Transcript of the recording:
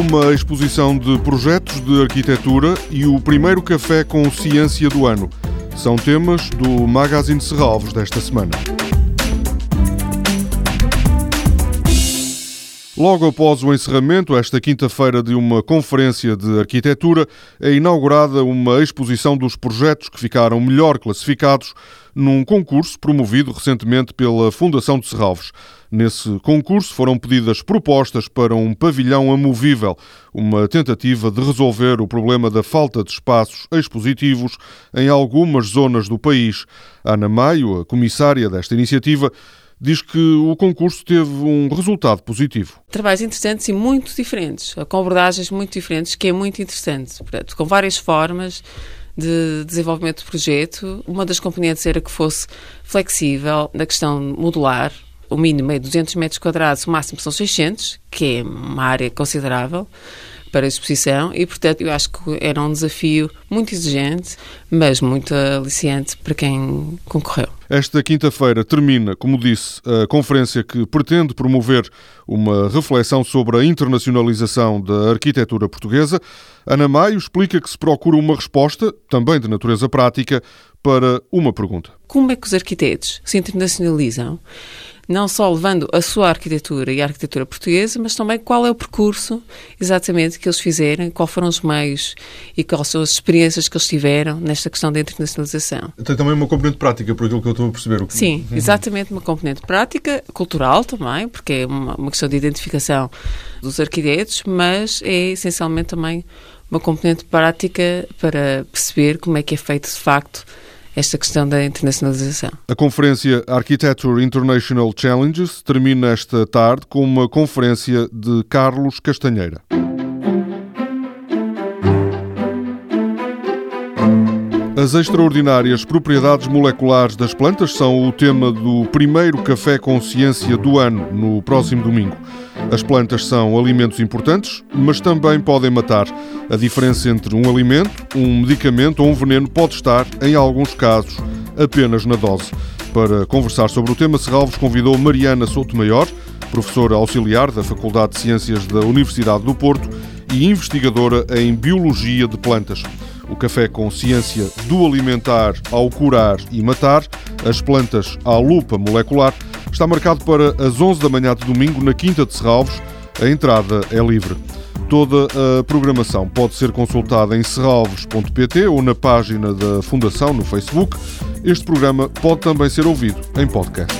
uma exposição de projetos de arquitetura e o primeiro café com ciência do ano. São temas do Magazine Serralves desta semana. Logo após o encerramento, esta quinta-feira, de uma conferência de arquitetura, é inaugurada uma exposição dos projetos que ficaram melhor classificados num concurso promovido recentemente pela Fundação de Serralves. Nesse concurso foram pedidas propostas para um pavilhão amovível, uma tentativa de resolver o problema da falta de espaços expositivos em algumas zonas do país. Ana Maio, a comissária desta iniciativa, diz que o concurso teve um resultado positivo. Trabalhos interessantes e muito diferentes, com abordagens muito diferentes, que é muito interessante. Portanto, com várias formas de desenvolvimento do projeto. Uma das componentes era que fosse flexível, na questão modular. O mínimo é 200 metros quadrados, o máximo são 600, que é uma área considerável para a exposição e, portanto, eu acho que era um desafio muito exigente, mas muito aliciante para quem concorreu. Esta quinta-feira termina, como disse, a conferência que pretende promover uma reflexão sobre a internacionalização da arquitetura portuguesa. Ana Maio explica que se procura uma resposta, também de natureza prática, para uma pergunta. Como é que os arquitetos se internacionalizam? Não só levando a sua arquitetura e a arquitetura portuguesa, mas também qual é o percurso exatamente que eles fizeram, quais foram os meios e quais são as experiências que eles tiveram nesta questão da internacionalização. Tem também uma componente prática, por aquilo que eu estou a perceber. Sim, exatamente, uma componente prática, cultural também, porque é uma questão de identificação dos arquitetos, mas é essencialmente também uma componente prática para perceber como é que é feito de facto esta questão da internacionalização. A conferência Architecture International Challenges termina esta tarde com uma conferência de Carlos Castanheira. As extraordinárias propriedades moleculares das plantas são o tema do primeiro Café com Ciência do ano, no próximo domingo. As plantas são alimentos importantes, mas também podem matar. A diferença entre um alimento, um medicamento ou um veneno pode estar, em alguns casos, apenas na dose. Para conversar sobre o tema, Serralves convidou Mariana Souto Maior, professora auxiliar da Faculdade de Ciências da Universidade do Porto e investigadora em Biologia de Plantas. O Café com Ciência do alimentar ao curar e matar, as plantas à lupa molecular, está marcado para as 11 da manhã de domingo na Quinta de Serralves. A entrada é livre. Toda a programação pode ser consultada em serralves.pt ou na página da Fundação no Facebook. Este programa pode também ser ouvido em podcast.